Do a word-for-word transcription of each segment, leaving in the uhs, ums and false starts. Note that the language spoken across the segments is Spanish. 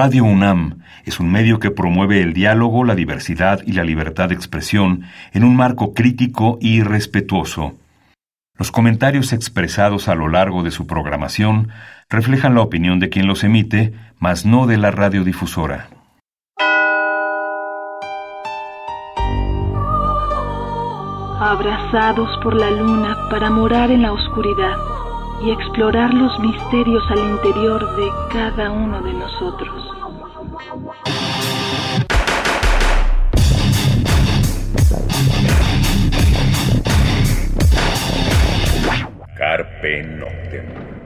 Radio UNAM es un medio que promueve el diálogo, la diversidad y la libertad de expresión en un marco crítico y respetuoso. Los comentarios expresados a lo largo de su programación reflejan la opinión de quien los emite, mas no de la radiodifusora. Abrazados por la luna para morar en la oscuridad y explorar los misterios al interior de cada uno de nosotros. Carpe Noctem.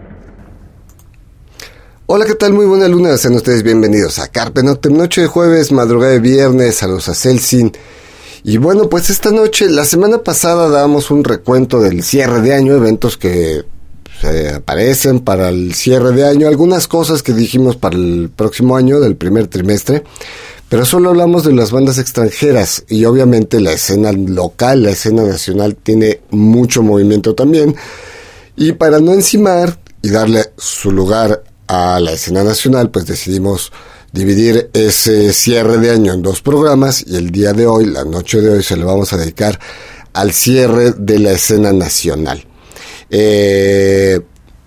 Hola, ¿qué tal? Muy buena luna, sean ustedes bienvenidos a Carpe Noctem, noche de jueves, madrugada de viernes, saludos a Celsin. Y bueno, pues esta noche, la semana pasada dábamos un recuento del cierre de año, eventos que se aparecen para el cierre de año, algunas cosas que dijimos para el próximo año, del primer trimestre, pero solo hablamos de las bandas extranjeras y obviamente la escena local, la escena nacional tiene mucho movimiento también. Y para no encimar y darle su lugar a la escena nacional, pues decidimos dividir ese cierre de año en dos programas y el día de hoy, la noche de hoy, se le vamos a dedicar al cierre de la escena nacional. Eh,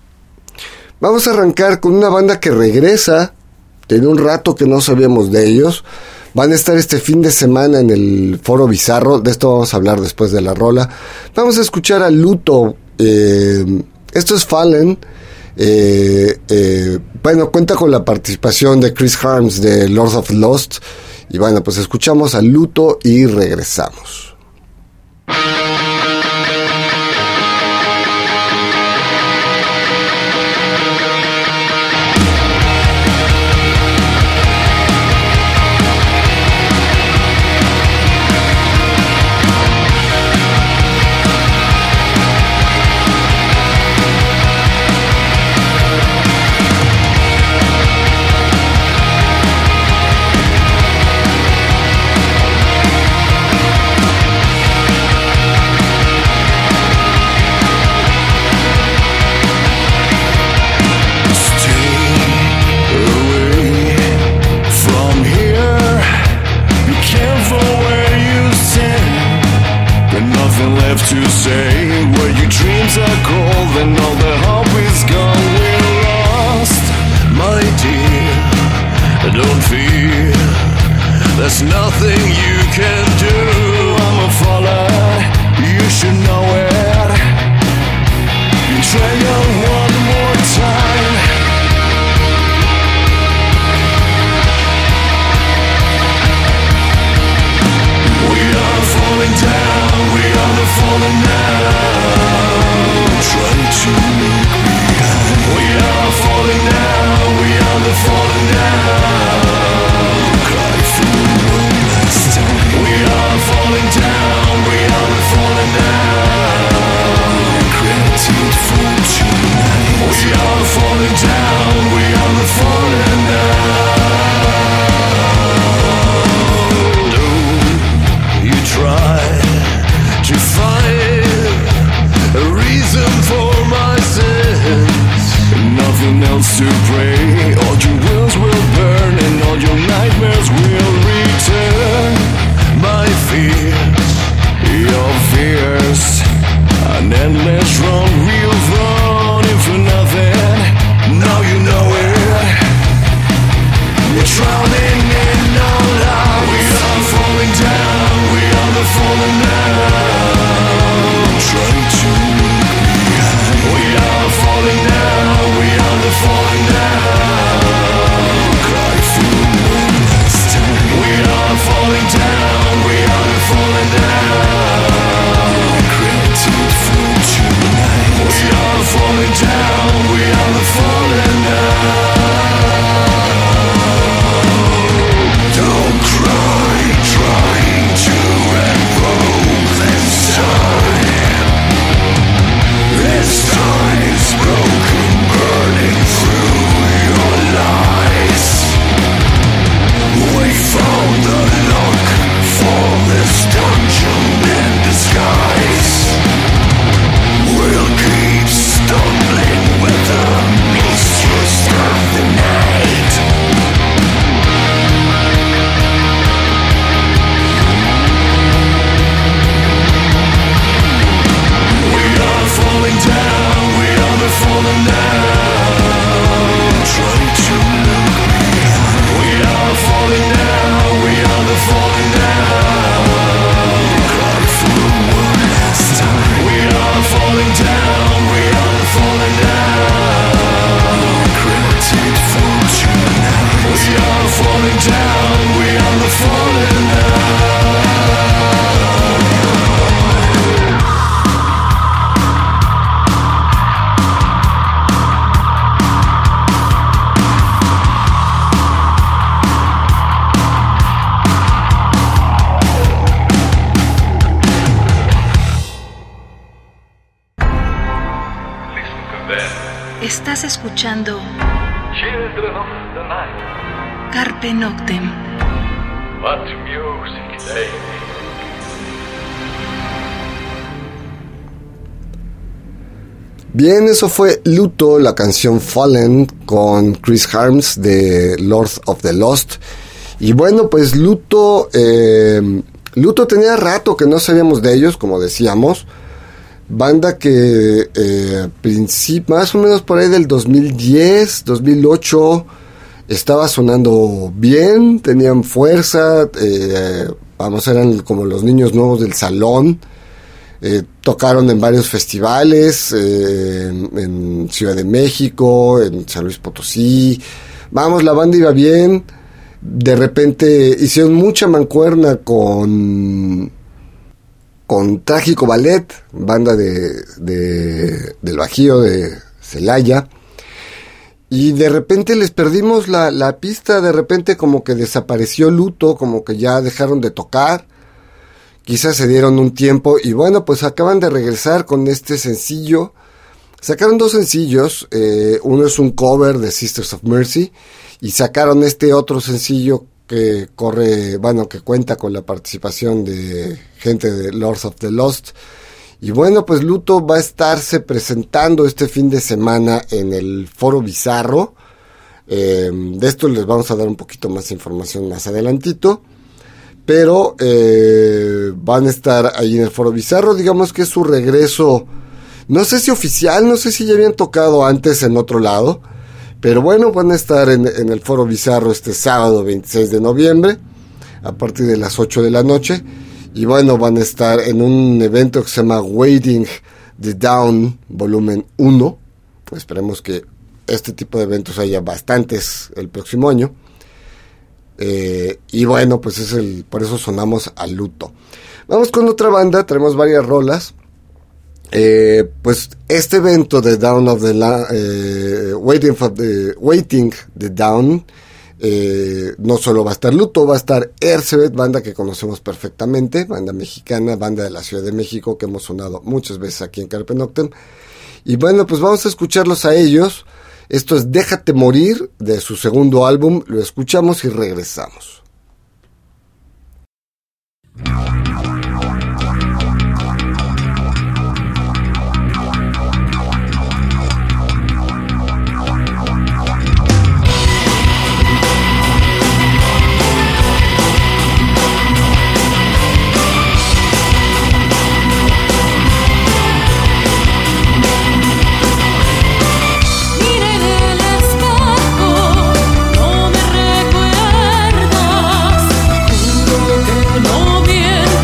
vamos a arrancar con una banda que regresa, tiene un rato que no sabíamos de ellos, van a estar este fin de semana en el Foro Bizarro, de esto vamos a hablar después de la rola. Vamos a escuchar a Luto, eh, esto es Fallen. Eh, eh, bueno, cuenta con la participación de Chris Harms de Lord of Lost. Y bueno, pues escuchamos a Luto y regresamos. Don't cry, trying to echo. Estás escuchando Carpe Noctem. What music they make. Bien, eso fue Luto, la canción Fallen con Chris Harms de Lord of the Lost. Y bueno, pues Luto, eh, Luto tenía rato que no sabíamos de ellos, como decíamos. Banda que eh, princip- más o menos por ahí del dos mil diez, dos mil ocho estaba sonando bien, tenían fuerza, eh, vamos, eran como los niños nuevos del salón. Eh, tocaron en varios festivales, eh, en, en Ciudad de México, en San Luis Potosí. Vamos, la banda iba bien. De repente hicieron mucha mancuerna con con Trágico Ballet, banda de, de del Bajío de Celaya, y de repente les perdimos la, la pista. De repente como que desapareció Luto, como que ya dejaron de tocar, quizás se dieron un tiempo, y bueno, pues acaban de regresar con este sencillo. Sacaron dos sencillos, eh, uno es un cover de Sisters of Mercy, y sacaron este otro sencillo que corre, bueno, que cuenta con la participación de gente de Lords of the Lost. Y bueno, pues Luto va a estarse presentando este fin de semana en el Foro Bizarro. Eh, de esto les vamos a dar un poquito más información más adelantito. Pero eh, van a estar ahí en el Foro Bizarro. Digamos que es su regreso, no sé si oficial, no sé si ya habían tocado antes en otro lado. Pero bueno, van a estar en, en el Foro Bizarro este sábado veintiséis de noviembre, a partir de las ocho de la noche. Y bueno, van a estar en un evento que se llama Waiting the Down Volumen uno. Esperemos que este tipo de eventos haya bastantes el próximo año. Eh, y bueno, pues es el, por eso sonamos a Luto. Vamos con otra banda, traemos varias rolas. Eh, pues este evento de Down of the La- eh, Waiting for the Waiting the Down, eh, no solo va a estar Luto, va a estar Ercebet, banda que conocemos perfectamente, banda mexicana, banda de la Ciudad de México, que hemos sonado muchas veces aquí en Carpe Noctem. Y bueno, pues vamos a escucharlos a ellos. Esto es Déjate Morir, de su segundo álbum. Lo escuchamos y regresamos. No me recuerdas, juro que no miento.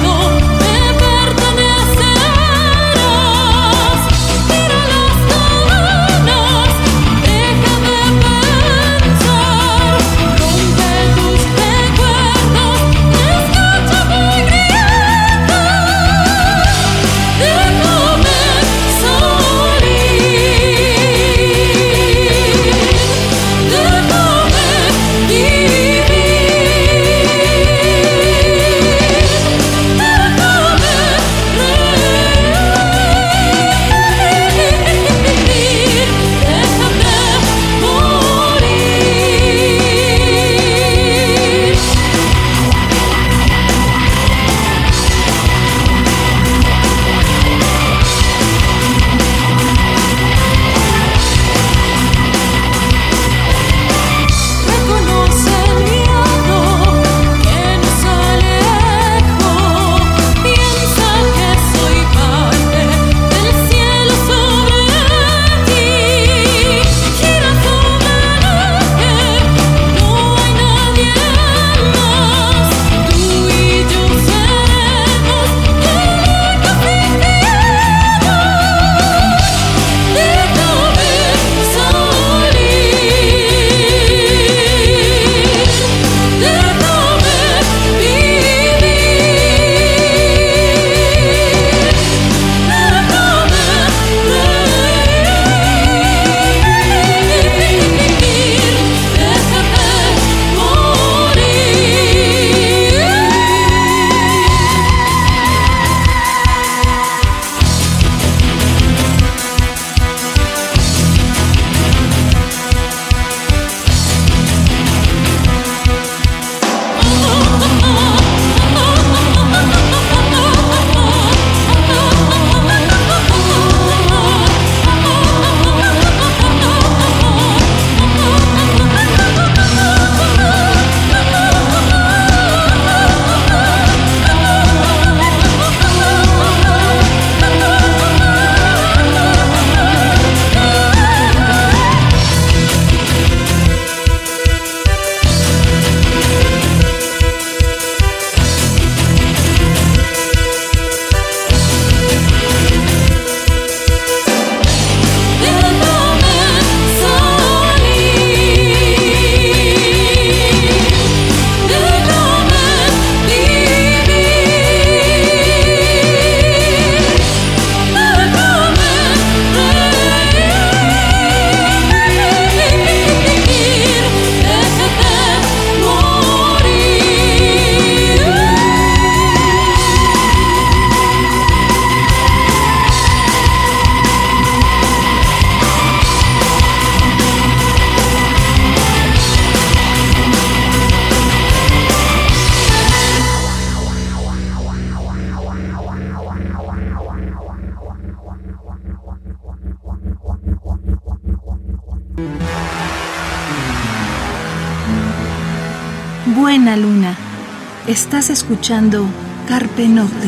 Buena luna. Estás escuchando Carpe Noctem.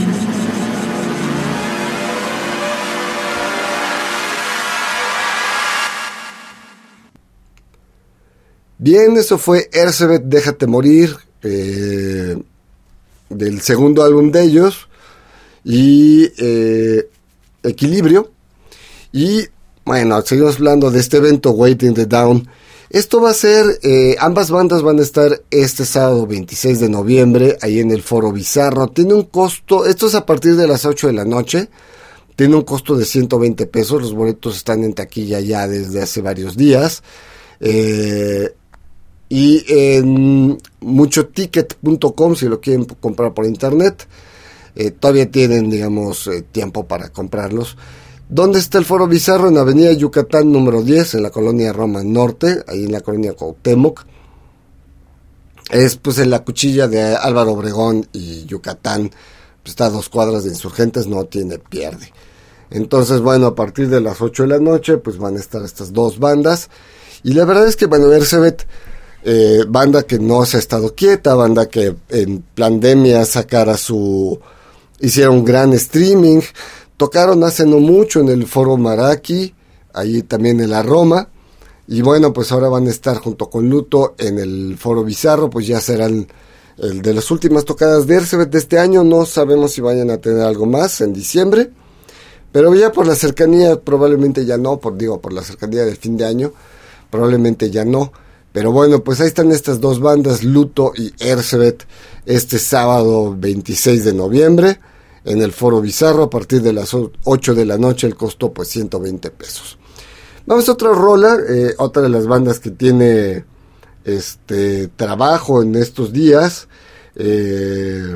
Bien, eso fue Ercebet, Déjate Morir, eh, del segundo álbum de ellos, y eh, Equilibrio. Y bueno, seguimos hablando de este evento, Waiting the Dawn. Esto va a ser, eh, ambas bandas van a estar este sábado veintiséis de noviembre, ahí en el Foro Bizarro. Tiene un costo, esto es a partir de las ocho de la noche, tiene un costo de ciento veinte pesos, los boletos están en taquilla ya desde hace varios días. Eh, y en mucho ticket punto com, si lo quieren comprar por internet, eh, todavía tienen, digamos, eh, tiempo para comprarlos. ¿Dónde está el Foro Bizarro? En Avenida Yucatán número diez, en la colonia Roma Norte, ahí en la colonia Cuauhtémoc. Es pues en la cuchilla de Álvaro Obregón y Yucatán, pues, está a dos cuadras de Insurgentes, no tiene pierde. Entonces, bueno, a partir de las ocho de la noche, pues van a estar estas dos bandas. Y la verdad es que, bueno, Ercebet, eh, banda que no se ha estado quieta, banda que en pandemia sacara su... hicieron un gran streaming. Tocaron hace no mucho en el Foro Maraki, ahí también en la Roma, y bueno, pues ahora van a estar junto con Luto en el Foro Bizarro, pues ya serán el de las últimas tocadas de Ercebet de este año. No sabemos si vayan a tener algo más en diciembre, pero ya por la cercanía probablemente ya no, por digo, por la cercanía del fin de año, probablemente ya no. Pero bueno, pues ahí están estas dos bandas, Luto y Ercebet, este sábado veintiséis de noviembre, en el Foro Bizarro, a partir de las ocho de la noche, el costo pues ciento veinte pesos. Vamos a otra rola, eh, otra de las bandas que tiene este trabajo en estos días, eh,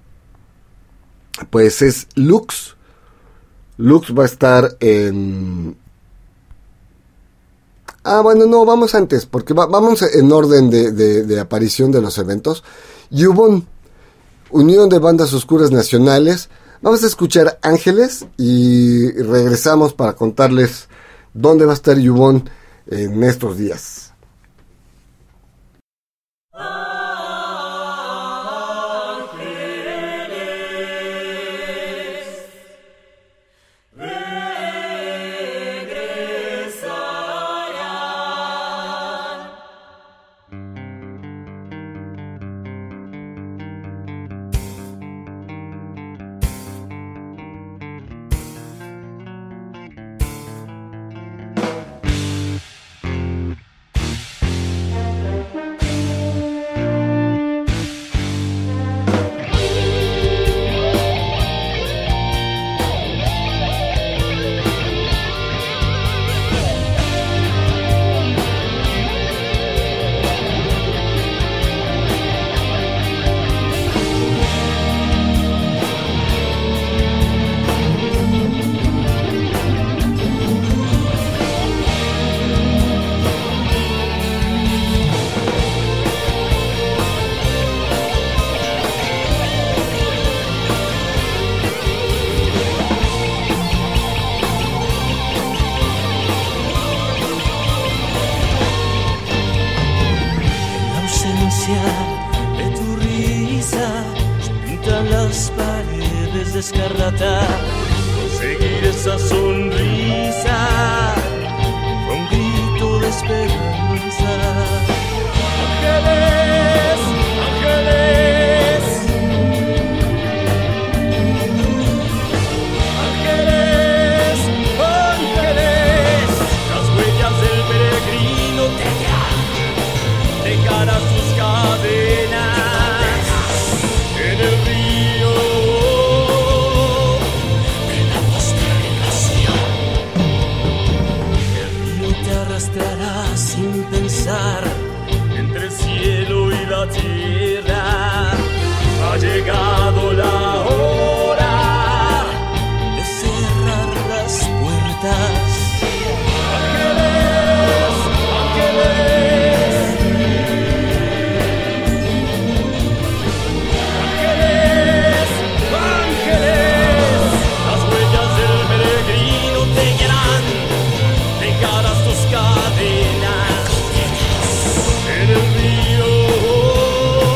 pues es Lux. Lux va a estar en... Ah, bueno, no, vamos antes, porque va, vamos en orden de, de, de aparición de los eventos. Yubon, Unión de Bandas Oscuras Nacionales. Vamos a escuchar Ángeles y regresamos para contarles dónde va a estar Yubon en estos días. De tu risa pintan las paredes de escarlata. Conseguir esa sonrisa fue un grito de esperanza. Ángeles, ángeles, ángeles, ángeles. Las huellas del peregrino te guían, dejarás sus cadenas en el río de la postergación. El río te arrastrará sin pensar entre el cielo y la tierra. Ha llegado la hora de cerrar las puertas. Ángeles, ángeles, ángeles, ángeles. Las huellas del peregrino te guiarán, dejarás tus cadenas en el río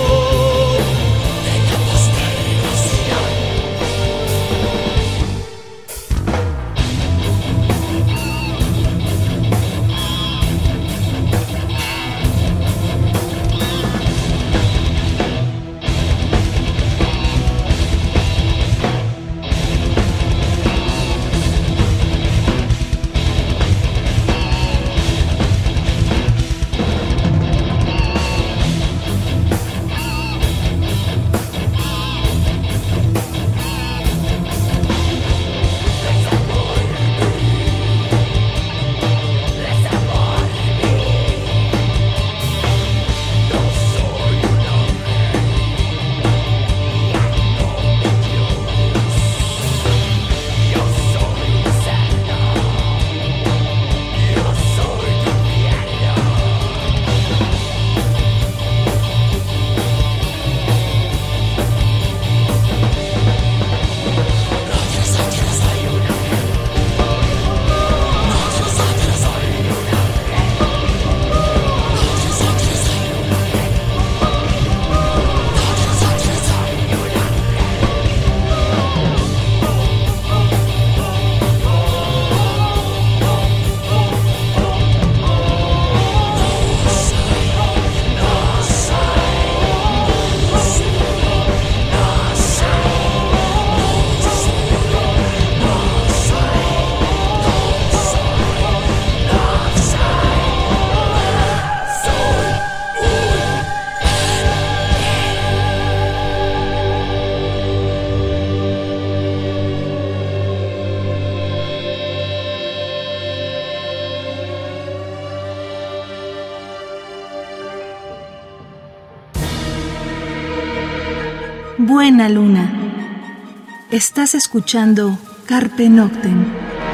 Buena luna. Estás escuchando Carpe Noctem.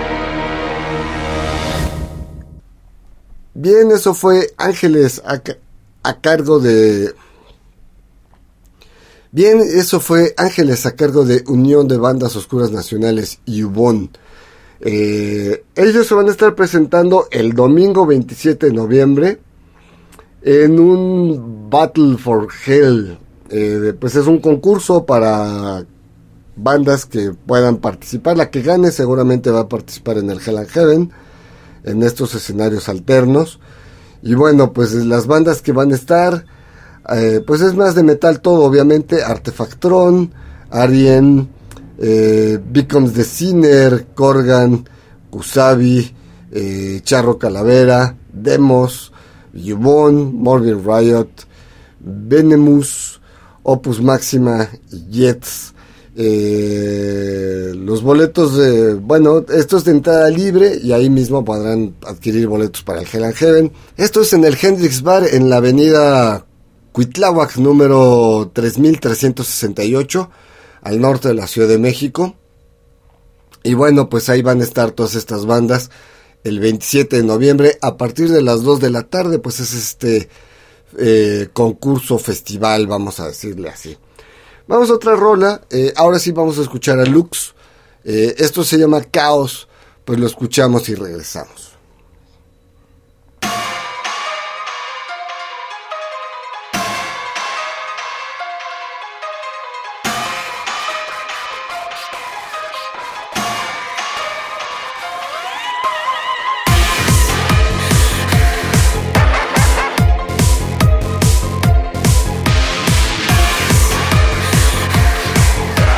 Bien, eso fue Ángeles a, a cargo de... Bien, eso fue Ángeles a cargo de Unión de Bandas Oscuras Nacionales y Ubón. Eh, ellos se van a estar presentando el domingo veintisiete de noviembre en un Battle for Hell. Eh, pues es un concurso para bandas que puedan participar. La que gane seguramente va a participar en el Hell and Heaven, en estos escenarios alternos. Y bueno, pues las bandas que van a estar, eh, pues es más de metal todo, obviamente. Artefactron, Arien, eh, Becomes the Sinner, Corgan, Kusabi, eh, Charro Calavera, Demos, Yubon, Morbid Riot, Venemus, Opus Máxima y Jets. Eh, los boletos de, bueno, esto es de entrada libre y ahí mismo podrán adquirir boletos para el Hell and Heaven. Esto es en el Hendrix Bar en la avenida Cuitláhuac número tres mil trescientos sesenta y ocho, al norte de la Ciudad de México. Y bueno, pues ahí van a estar todas estas bandas el veintisiete de noviembre a partir de las dos de la tarde. Pues es este eh, concurso festival, vamos a decirle así. Vamos a otra rola. Eh, ahora sí vamos a escuchar a Lux. Eh, esto se llama Caos. Pues lo escuchamos y regresamos.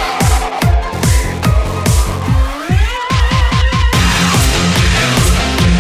We'll be right back.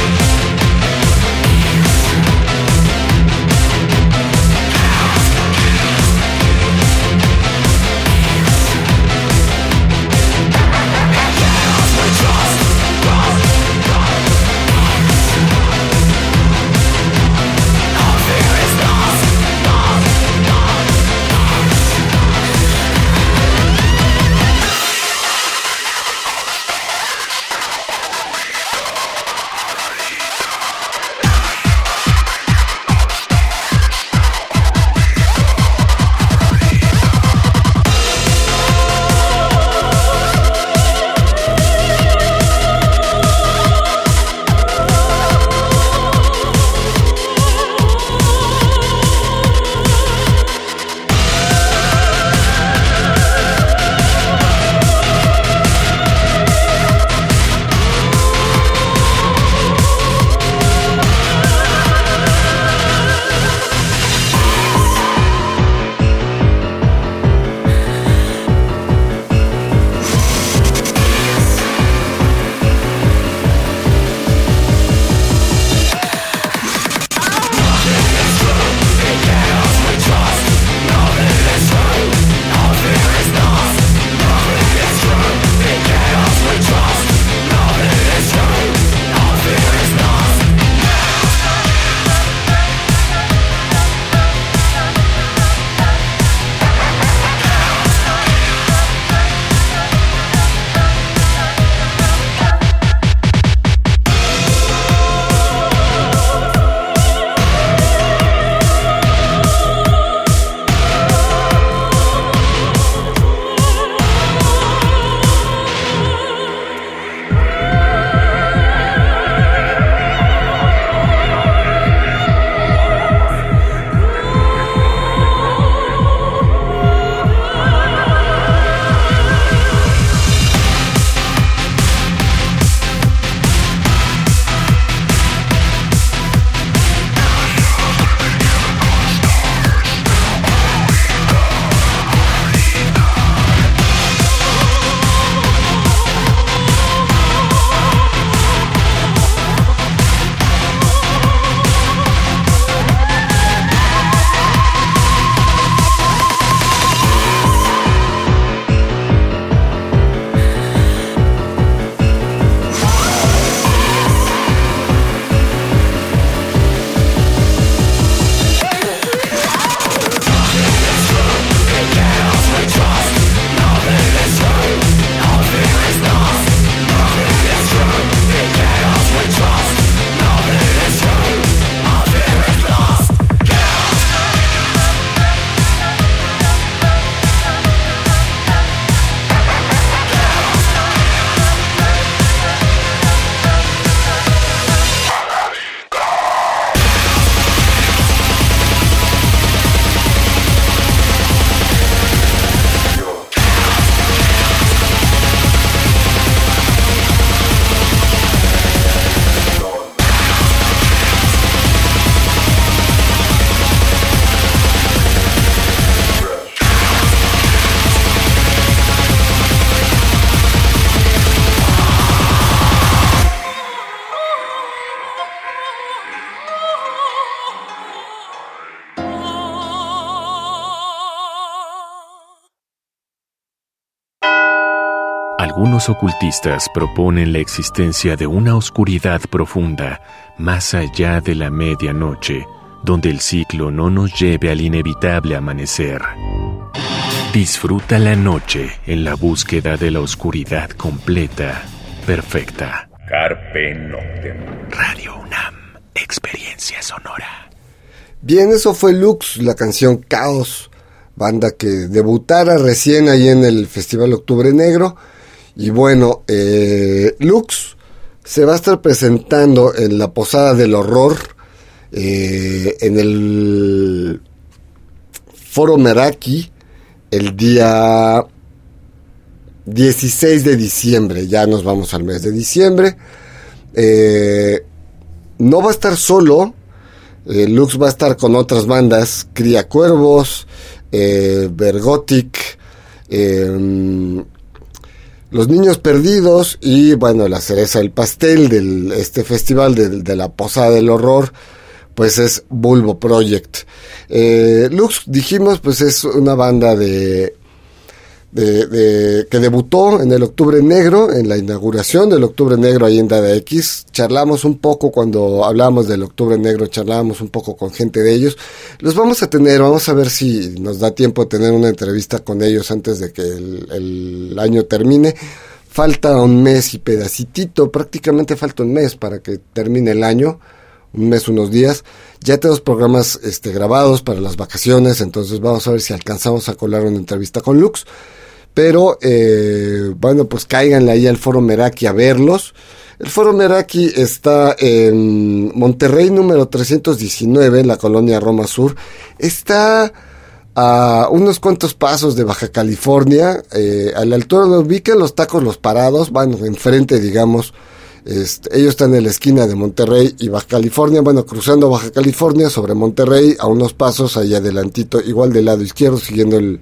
Algunos ocultistas proponen la existencia de una oscuridad profunda más allá de la medianoche, donde el ciclo no nos lleve al inevitable amanecer. Disfruta la noche en la búsqueda de la oscuridad completa, perfecta. Carpe Noctem. Radio UNAM, experiencia sonora. Bien, eso fue Lux, la canción Caos, banda que debutara recién ahí en el Festival Octubre Negro. Y bueno, eh, Lux se va a estar presentando en la Posada del Horror, eh, en el Foro Meraki, el día dieciséis de diciembre. Ya nos vamos al mes de diciembre. Eh, no va a estar solo. eh, Lux va a estar con otras bandas: Cría Cuervos, eh, Vergothic, eh, Los Niños Perdidos, y bueno, la cereza del pastel de este festival de, de la Posada del Horror, pues es Bulbo Project. Eh, Lux, dijimos, pues es una banda de, de, de que debutó en el Octubre Negro, en la inauguración del Octubre Negro ahí en Dada X. Charlamos un poco cuando hablábamos del Octubre Negro, charlábamos un poco con gente de ellos. Los vamos a tener, vamos a ver si nos da tiempo de tener una entrevista con ellos antes de que el, el año termine. Falta un mes y pedacitito, prácticamente falta un mes para que termine el año. Un mes, unos días. Ya tenemos programas este, grabados para las vacaciones, entonces vamos a ver si alcanzamos a colar una entrevista con Lux. Pero, eh, bueno, pues cáiganle ahí al Foro Meraki a verlos. El Foro Meraki está en Monterrey número trescientos diecinueve, en la colonia Roma Sur. Está a unos cuantos pasos de Baja California, eh, a la altura donde ubican los Tacos Los Parados, van enfrente, digamos. Este, ellos están en la esquina de Monterrey y Baja California, bueno, cruzando Baja California sobre Monterrey, a unos pasos allá adelantito, igual del lado izquierdo, siguiendo el,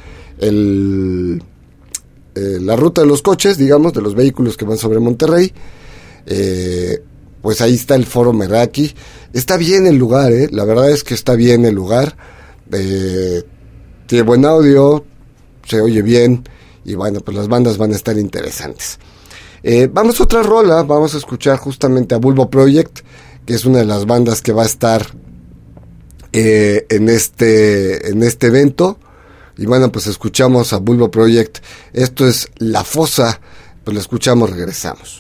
el eh, la ruta de los coches, digamos, de los vehículos que van sobre Monterrey. Eh, pues ahí está el Foro Meraki. Está bien el lugar, eh, la verdad es que está bien el lugar. Eh, tiene buen audio, se oye bien, y bueno, pues las bandas van a estar interesantes. Eh, vamos a otra rola, vamos a escuchar justamente a Bulbo Project, que es una de las bandas que va a estar eh, en este en este evento. Y bueno, pues escuchamos a Bulbo Project. Esto es La Fosa, pues lo escuchamos, regresamos.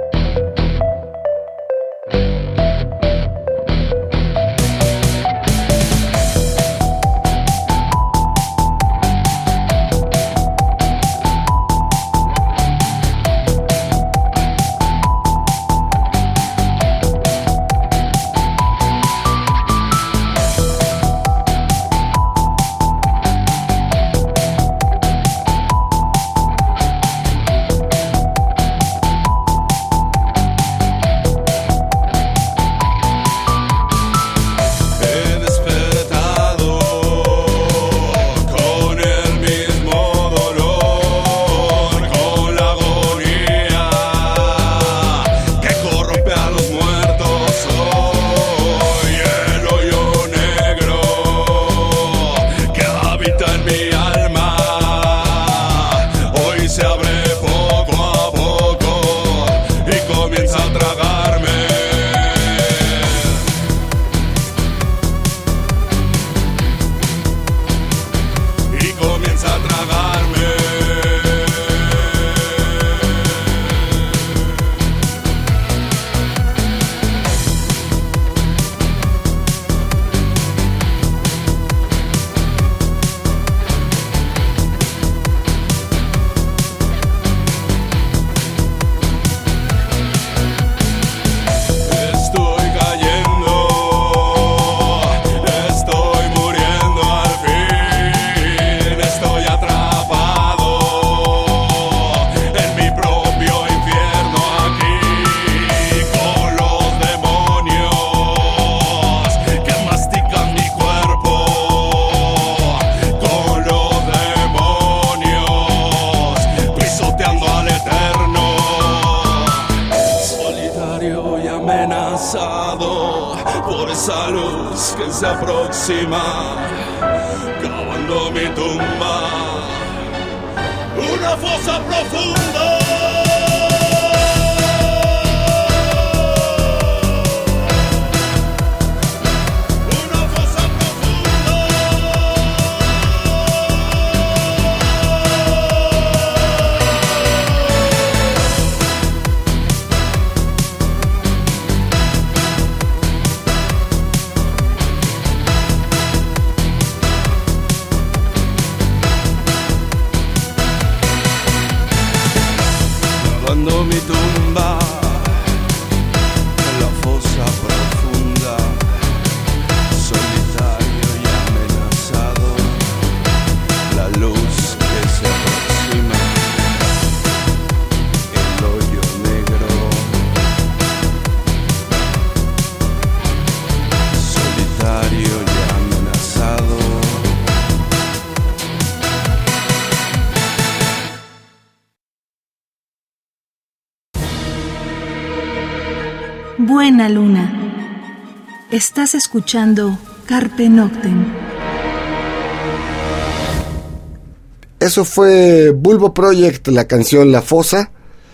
Thank amenazado por esa luz que se aproxima, cavando mi tumba, una fosa profunda. Cavando mi tumba en la fosa profunda, solitario y amenazado, la luz que se aproxima, el hoyo negro, solitario y amenazado. Buena luna. Estás escuchando Carpe Noctem. Eso fue Bulbo Project, la canción La Fosa.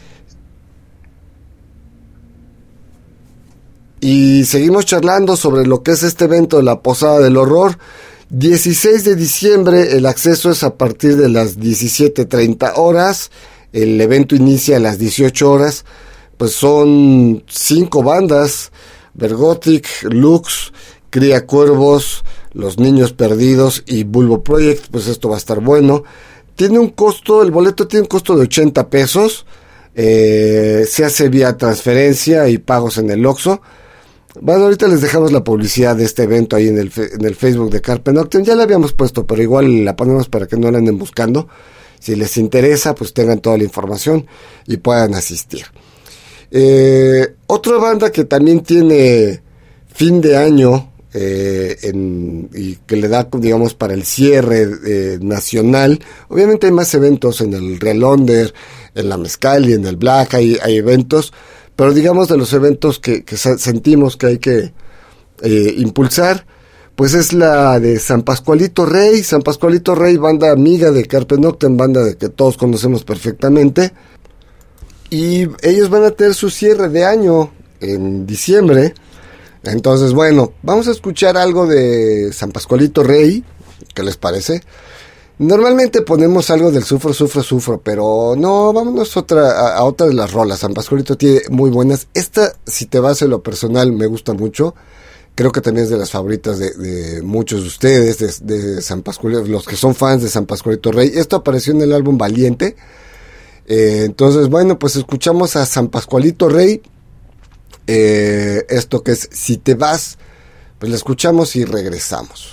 Y seguimos charlando sobre lo que es este evento de la Posada del Horror. dieciséis de diciembre, el acceso es a partir de las diecisiete treinta horas. El evento inicia a las dieciocho horas. Pues son cinco bandas: Vergothic, Lux, Cría Cuervos, Los Niños Perdidos y Bulbo Project. Pues esto va a estar bueno. Tiene un costo, el boleto tiene un costo de ochenta pesos. Eh, se hace vía transferencia y pagos en el Oxxo. Bueno, ahorita les dejamos la publicidad de este evento ahí en el, en el Facebook de Carpe Noctem. Ya la habíamos puesto, pero igual la ponemos para que no la anden buscando. Si les interesa, pues tengan toda la información y puedan asistir. Eh, otra banda que también tiene fin de año eh, en, y que le da, digamos, para el cierre eh, nacional. Obviamente hay más eventos en el Real Under, en la Mezcal y en el Black, hay, hay eventos, pero digamos de los eventos que, que sentimos que hay que eh, impulsar, pues es la de San Pascualito Rey. San Pascualito Rey, banda amiga de Carpe Noctem, banda de que todos conocemos perfectamente. Y ellos van a tener su cierre de año en diciembre. Entonces, bueno, vamos a escuchar algo de San Pascualito Rey. ¿Qué les parece? Normalmente ponemos algo del Sufro, Sufro, Sufro, pero no, vámonos otra, a, a otra de las rolas. San Pascualito tiene muy buenas. Esta, si te vas en lo personal, me gusta mucho. Creo que también es de las favoritas de, de muchos de ustedes, de, de San Pascualito, los que son fans de San Pascualito Rey. Esto apareció en el álbum Valiente. Eh, entonces, bueno, pues escuchamos a San Pascualito Rey. Eh, esto que es Si te vas, pues la escuchamos y regresamos.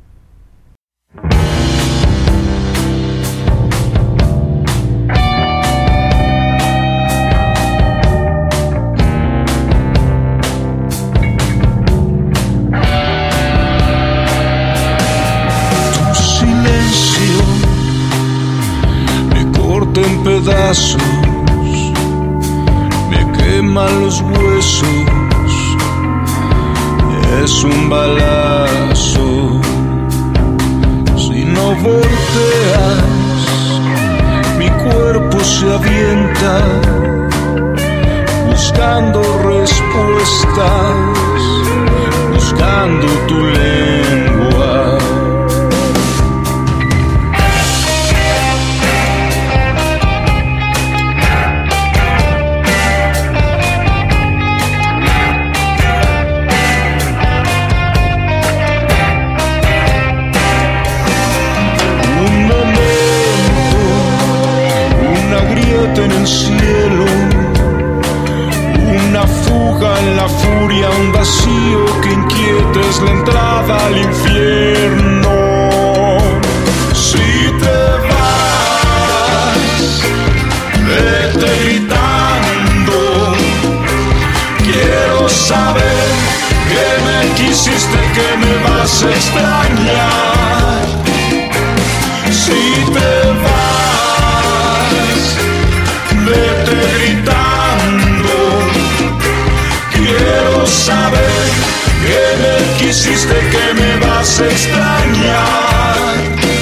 Tu silencio me corta en pedazos, me queman los huesos, es un balazo. Si no volteas, mi cuerpo se avienta, buscando respuestas, buscando tu lengua. En el cielo, una fuga en la furia, un vacío que inquieta, es la entrada al infierno. Si te vas, vete gritando, quiero saber que me quisiste, que me vas a extrañar. Si te vas, vete gritando, quiero saber quisiste que me vas a extrañar.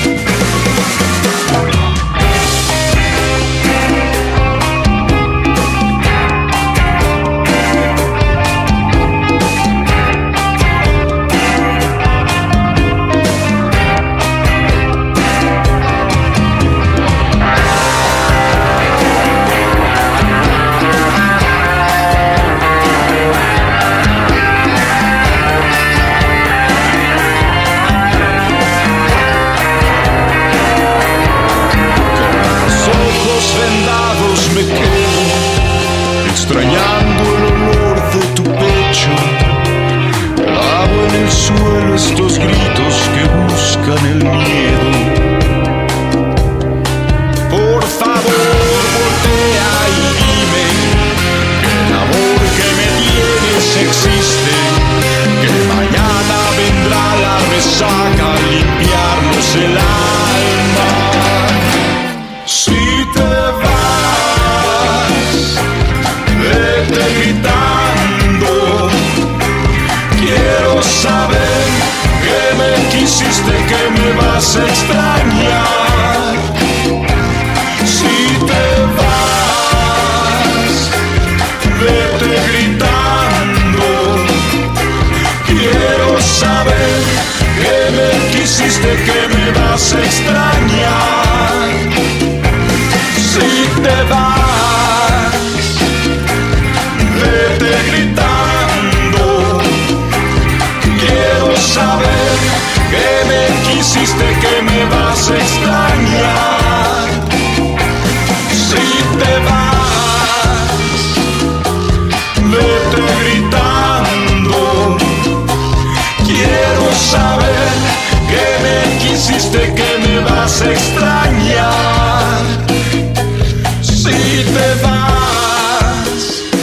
Extrañando el olor de tu pecho, clavo en el suelo estos gritos que buscan el miedo. Por favor, voltea y dime que el amor que me tienes existe, que mañana vendrá la resaca a limpiarnos el alma. Si te vete gritando, quiero saber que me quisiste, que me vas a extrañar. Si te vas, vete gritando, quiero saber que me quisiste, que me vas a extrañar. Si te vas, vete gritando, quiero saber que me quisiste, que me vas a extrañar. Si te vas, vete gritando, quiero saber que me quisiste, que me vas a extrañar. Si te vas,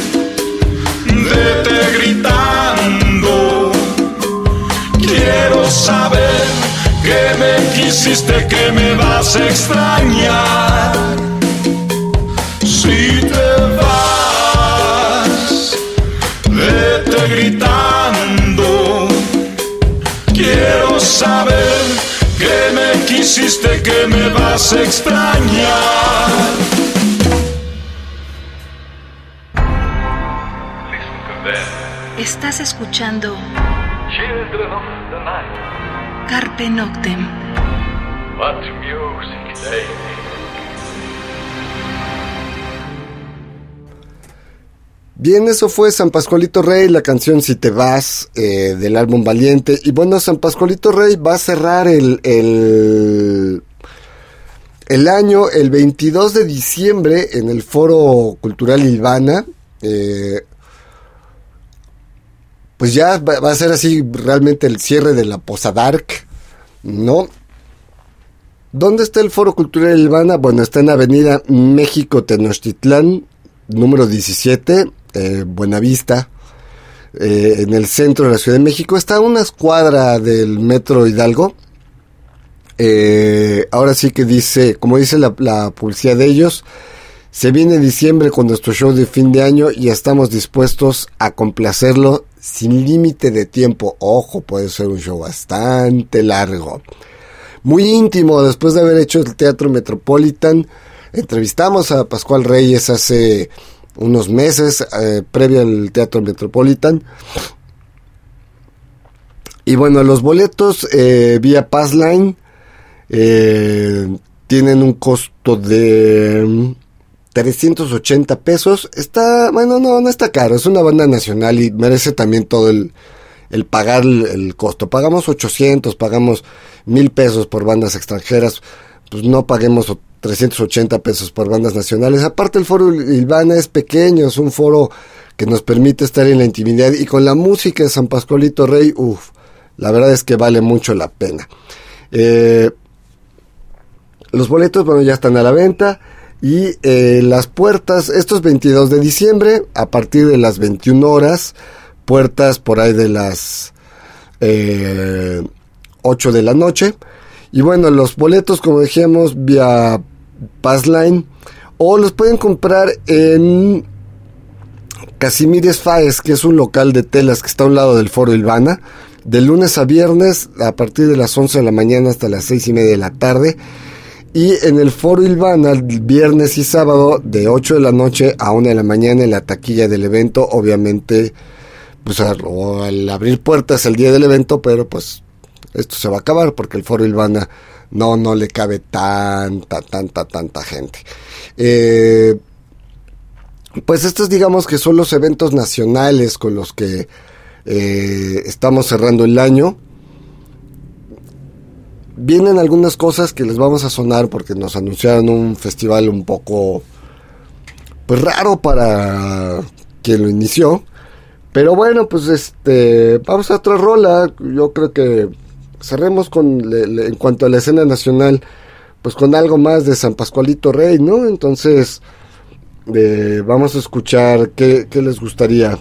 vete gritando, quiero saber que me quisiste, que me vas a extrañar. Si te vas, vete gritando, quiero saber que me quisiste, que me vas a extrañar. Estás escuchando Children of the night. Carpe Noctem. What music they make. Bien, eso fue San Pascualito Rey, la canción Si te vas, eh, del álbum Valiente. Y bueno, San Pascualito Rey va a cerrar el, el, el año el veintidós de diciembre en el Foro Cultural Ilvana. Eh, pues ya va, va a ser así realmente el cierre de la Posadark, ¿no? ¿Dónde está el Foro Cultural Ilvana? Bueno, está en Avenida México Tenochtitlán, número diecisiete, eh, Buenavista, eh, en el centro de la Ciudad de México. Está a una escuadra del Metro Hidalgo. Eh, ahora sí que dice, como dice la, la publicidad de ellos, se viene diciembre con nuestro show de fin de año y estamos dispuestos a complacerlo sin límite de tiempo. Ojo, puede ser un show bastante largo, muy íntimo. Después de haber hecho el Teatro Metropolitan, entrevistamos a Pascual Reyes hace unos meses, eh, previo al Teatro Metropolitan. Y bueno, los boletos eh, vía Passline eh, tienen un costo de trescientos ochenta pesos. Está, bueno, no, no está caro. Es una banda nacional y merece también todo el, el pagar el, el costo. Pagamos ochocientos, pagamos mil pesos por bandas extranjeras. Pues no paguemos trescientos ochenta pesos por bandas nacionales. Aparte, el Foro Ilvana es pequeño, es un foro que nos permite estar en la intimidad, y con la música de San Pascualito Rey, uff, la verdad es que vale mucho la pena. Eh, los boletos, bueno, ya están a la venta, y eh, las puertas, estos veintidós de diciembre, a partir de las veintiuna horas, puertas por ahí de las eh, ocho de la noche. Y bueno, los boletos, como dijimos, vía Passline, o los pueden comprar en Casimires Faes, que es un local de telas que está a un lado del Foro Ilvana. de lunes a viernes a partir de las once de la mañana hasta las seis y media de la tarde. Y en el Foro Ilvana, viernes y sábado, de ocho de la noche a una de la mañana en la taquilla del evento. Obviamente, pues al, al abrir puertas el día del evento, pero pues esto se va a acabar porque el Foro Ilvana no, no le cabe tanta, tanta, tanta gente. Eh, pues estos digamos que son los eventos nacionales con los que eh, estamos cerrando el año. Vienen algunas cosas que les vamos a sonar porque nos anunciaron un festival un poco pues raro para quien lo inició. Pero bueno, pues este vamos a otra rola. Yo creo que cerremos con le, le, en cuanto a la escena nacional, pues con algo más de San Pascualito Rey, ¿no? Entonces eh, vamos a escuchar qué, qué les gustaría.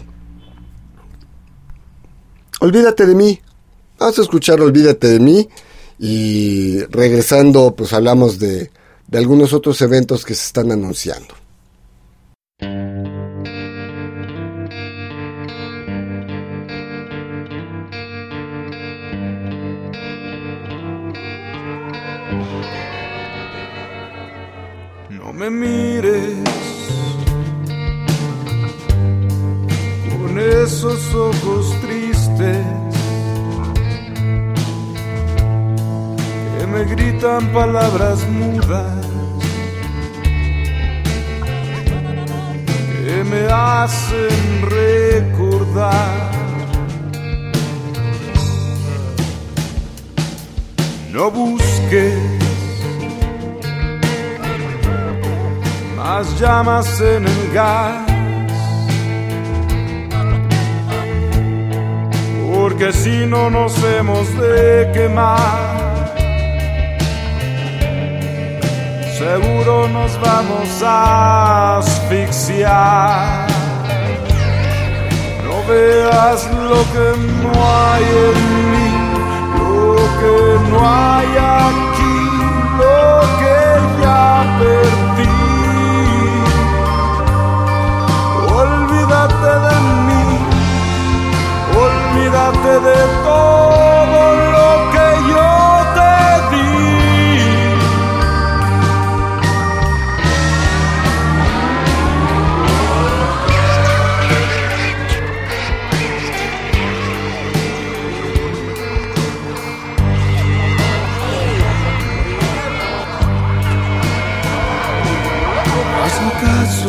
Olvídate de mí. Vamos a escuchar Olvídate de mí. Y regresando, pues hablamos de, de algunos otros eventos que se están anunciando. No me mires con esos ojos tristes que me gritan palabras mudas, que me hacen recordar. No busques más llamas en el gas, porque si no nos hemos de quemar, seguro nos vamos a asfixiar. No veas lo que no hay en mí, lo que no hay aquí, lo que ya perdí. Olvídate de mí, olvídate de todo lo que yo te di. Hazme caso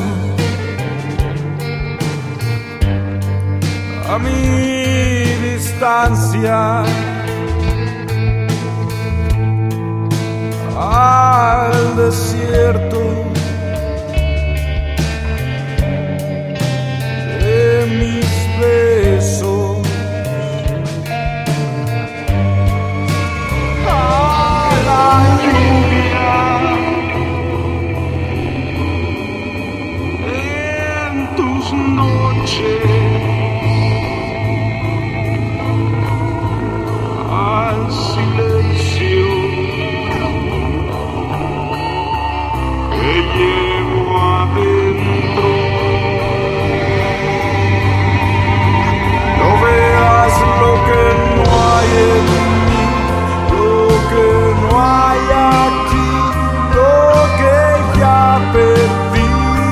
a mi distancia, al desierto de mis besos, a la lluvia en tus noches, al silencio que llevo adentro. No veas lo que no hay en mí, lo que no hay aquí, lo que ya perdí.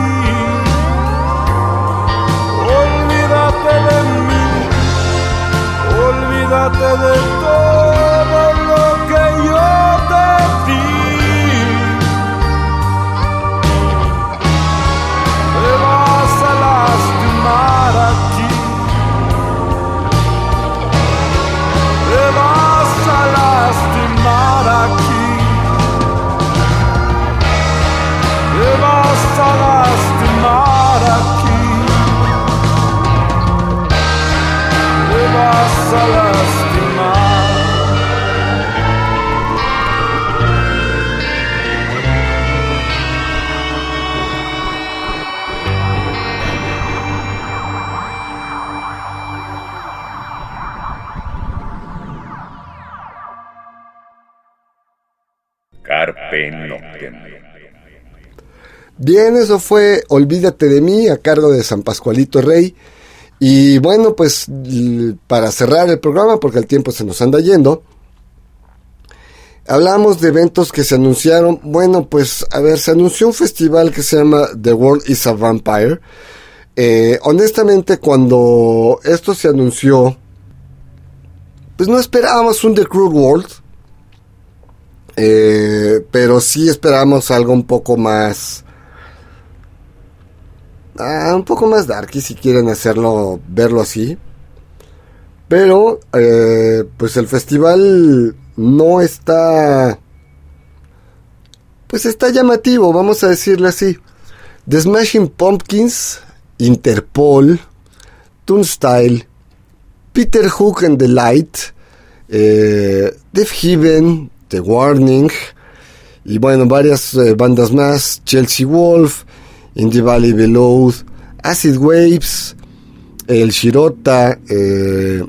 Olvídate de mí, olvídate de todo lo que yo te di. Te vas a lastimar aquí, te vas a lastimar aquí, te vas a lastimar aquí, te vas a lastimar. Carpe Noctem. Bien, eso fue Olvídate de mí, a cargo de San Pascualito Rey. Y bueno, pues para cerrar el programa, porque el tiempo se nos anda yendo, hablamos de eventos que se anunciaron. Bueno, pues a ver, se anunció un festival que se llama The World is a Vampire. Eh, honestamente, cuando esto se anunció, pues no esperábamos un The Cruel World, eh, pero sí esperábamos algo un poco más, ah, un poco más darky, si quieren hacerlo, verlo así. Pero, eh, pues el festival no está, pues está llamativo, vamos a decirle así. The Smashing Pumpkins, Interpol, Turnstile, Peter Hook and the Light, eh, Deaf Heaven, The Warning, y bueno, varias eh, bandas más, Chelsea Wolf, In the Valley Below, Acid Waves, El Shirota, eh,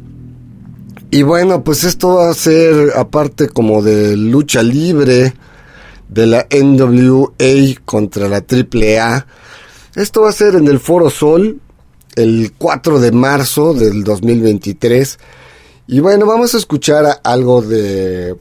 y bueno, pues esto va a ser aparte como de lucha libre de la N W A contra la triple A. Esto va a ser en el Foro Sol el cuatro de marzo del dos mil veintitrés. Y bueno, vamos a escuchar a algo de...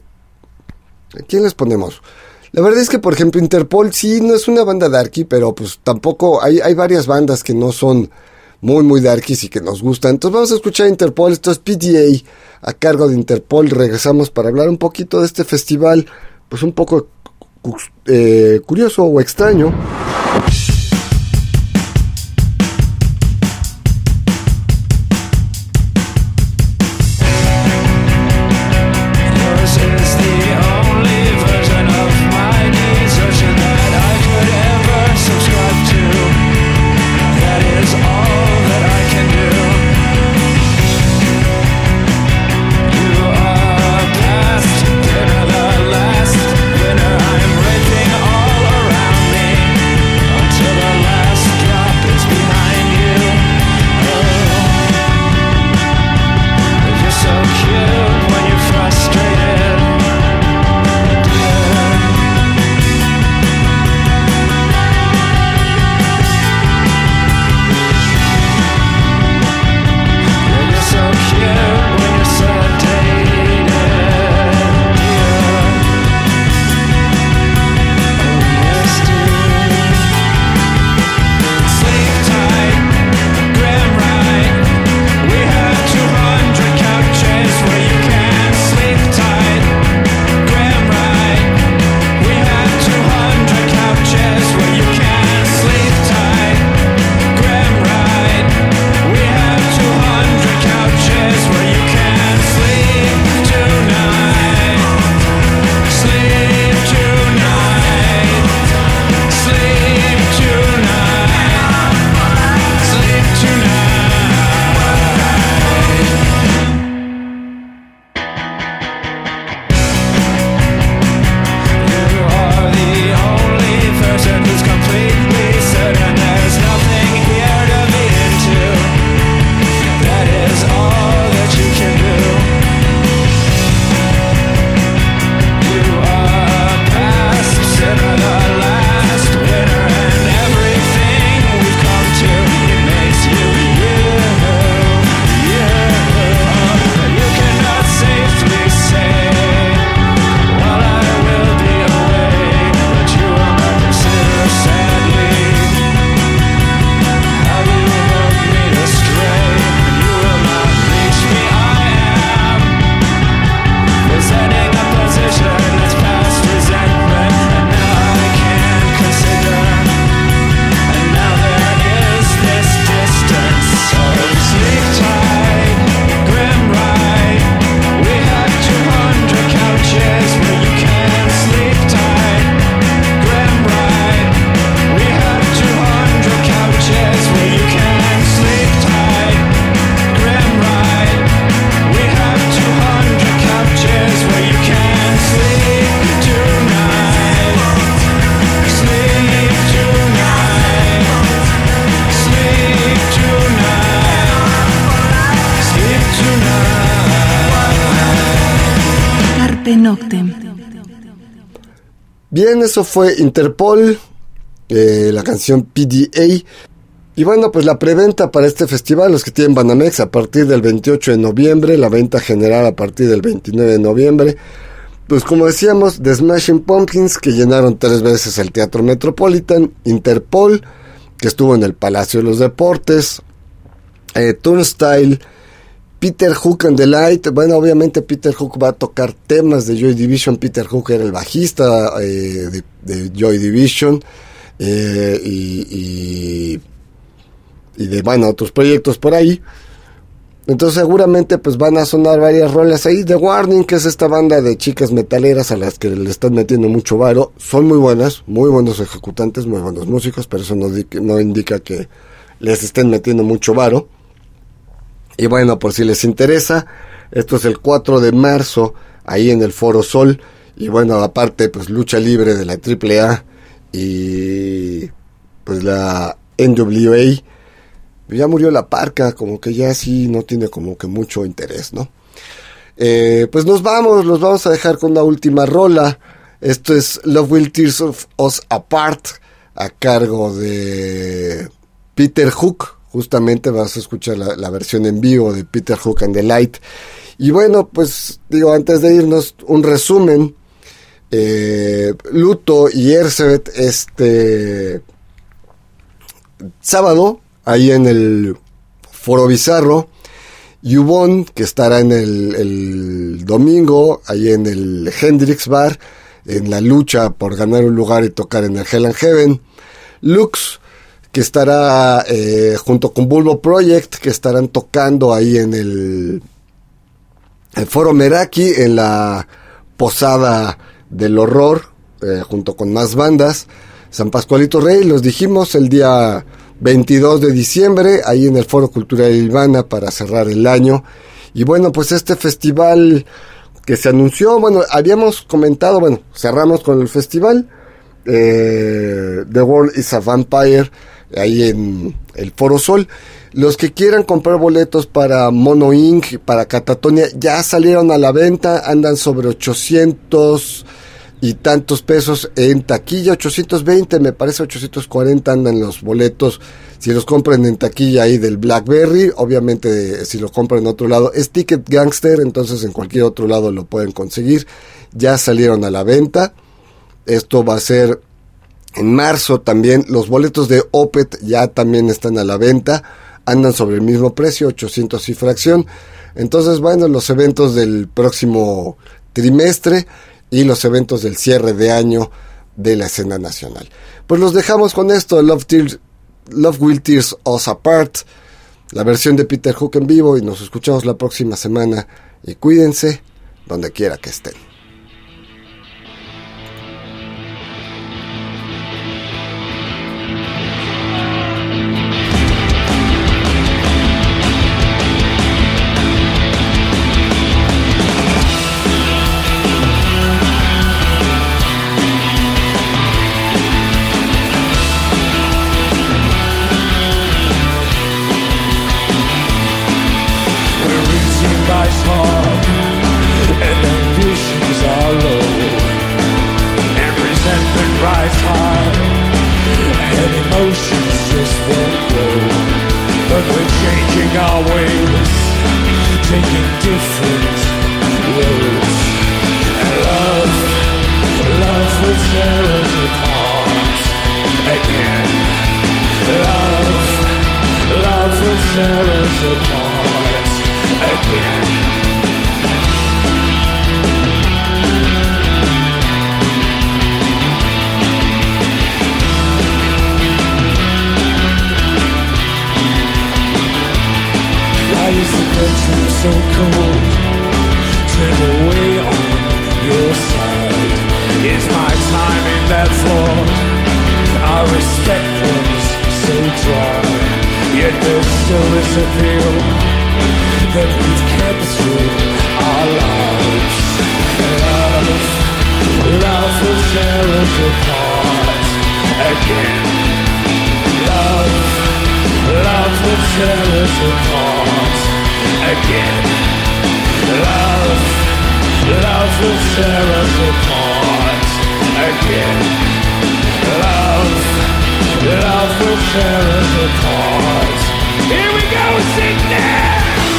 ¿A quién les ponemos? La verdad es que, por ejemplo, Interpol sí no es una banda darky, pero pues tampoco... Hay, hay varias bandas que no son muy, muy darkies y que nos gustan. Entonces vamos a escuchar a Interpol. Esto es P D A a cargo de Interpol. Regresamos para hablar un poquito de este festival, pues un poco eh, curioso o extraño. Bien, eso fue Interpol, eh, la canción P D A. Y bueno, pues la preventa para este festival, los que tienen Banamex, a partir del veintiocho de noviembre, la venta general a partir del veintinueve de noviembre. Pues como decíamos, The Smashing Pumpkins, que llenaron tres veces el Teatro Metropolitan, Interpol, que estuvo en el Palacio de los Deportes, eh, Turnstile, Peter Hook and the Light. Bueno, obviamente Peter Hook va a tocar temas de Joy Division. Peter Hook era el bajista eh, de, de Joy Division, eh, y, y, y de, bueno, otros proyectos por ahí. Entonces seguramente pues van a sonar varias rolas ahí. The Warning, que es esta banda de chicas metaleras a las que le están metiendo mucho varo. Son muy buenas, muy buenos ejecutantes, muy buenos músicos, pero eso no, no indica que les estén metiendo mucho varo. Y bueno, por si les interesa, esto es el cuatro de marzo, ahí en el Foro Sol. Y bueno, aparte pues lucha libre de la triple A y pues la N W A. Ya murió la parca, como que ya sí no tiene como que mucho interés, ¿no? Eh, pues nos vamos, los vamos a dejar con una última rola. Esto es Love Will Tear Us Apart, a cargo de Peter Hook. Justamente vas a escuchar la, la versión en vivo de Peter Hook and the Light. Y bueno, pues digo, antes de irnos, un resumen. Eh, Luto y Ersebet este sábado, ahí en el Foro Bizarro. Yubon, que estará en el, el domingo, ahí en el Hendrix Bar, en la lucha por ganar un lugar y tocar en el Hell and Heaven. Lux, que estará eh, junto con Bulbo Project, que estarán tocando ahí en el, el Foro Meraki, en la Posada del Horror, eh, junto con más bandas. San Pascualito Rey, los dijimos, el día veintidós de diciembre, ahí en el Foro Cultural Ilvana, para cerrar el año. Y bueno, pues este festival que se anunció, bueno, habíamos comentado, bueno, cerramos con el festival, eh, The World is a Vampire, ahí en el Foro Sol. Los que quieran comprar boletos para Mono Incorporated, para Catatonia, ya salieron a la venta, andan sobre ochocientos y tantos pesos en taquilla, ochocientos veinte, me parece ochocientos cuarenta andan los boletos, si los compran en taquilla ahí del Blackberry. Obviamente si lo compran en otro lado es Ticket Gangster, entonces en cualquier otro lado lo pueden conseguir. Ya salieron a la venta, esto va a ser en marzo también. Los boletos de Opeth ya también están a la venta, andan sobre el mismo precio, ochocientos y fracción. Entonces bueno, los eventos del próximo trimestre y los eventos del cierre de año de la escena nacional. Pues los dejamos con esto, Love, Tears, Love Will Tear Us Apart, la versión de Peter Hook en vivo, y nos escuchamos la próxima semana. Y cuídense donde quiera que estén. love will tear us apart. Here we go, sing now!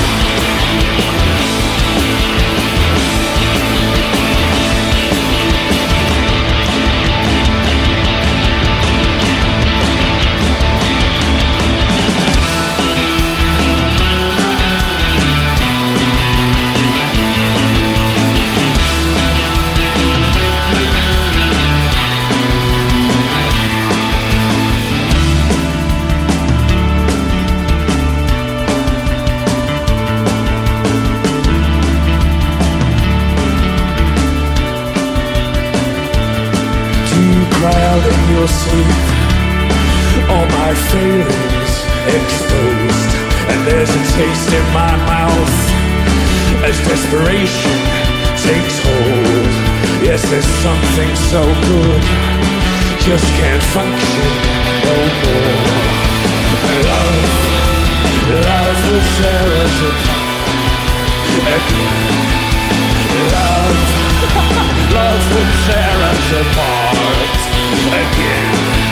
In your sleep, all my failings exposed, and there's a taste in my mouth as desperation takes hold. Yes, there's something so good, just can't function no more. Love, love will tear us apart again. Love, love will tear us apart again.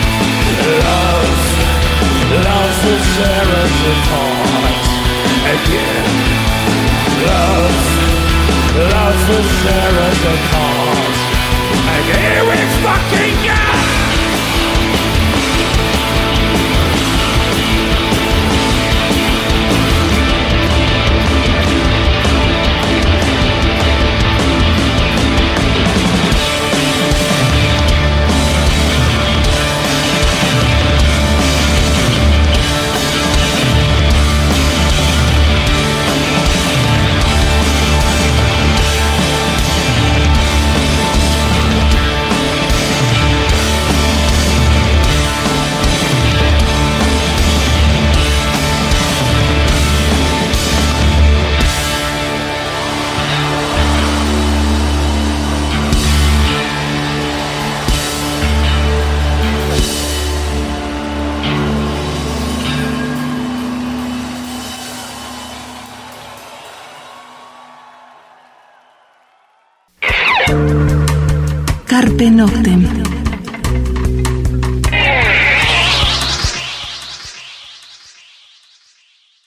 Love, love will tear us apart again. Love, love will tear us apart again. Here we fucking go! Carpe Noctem.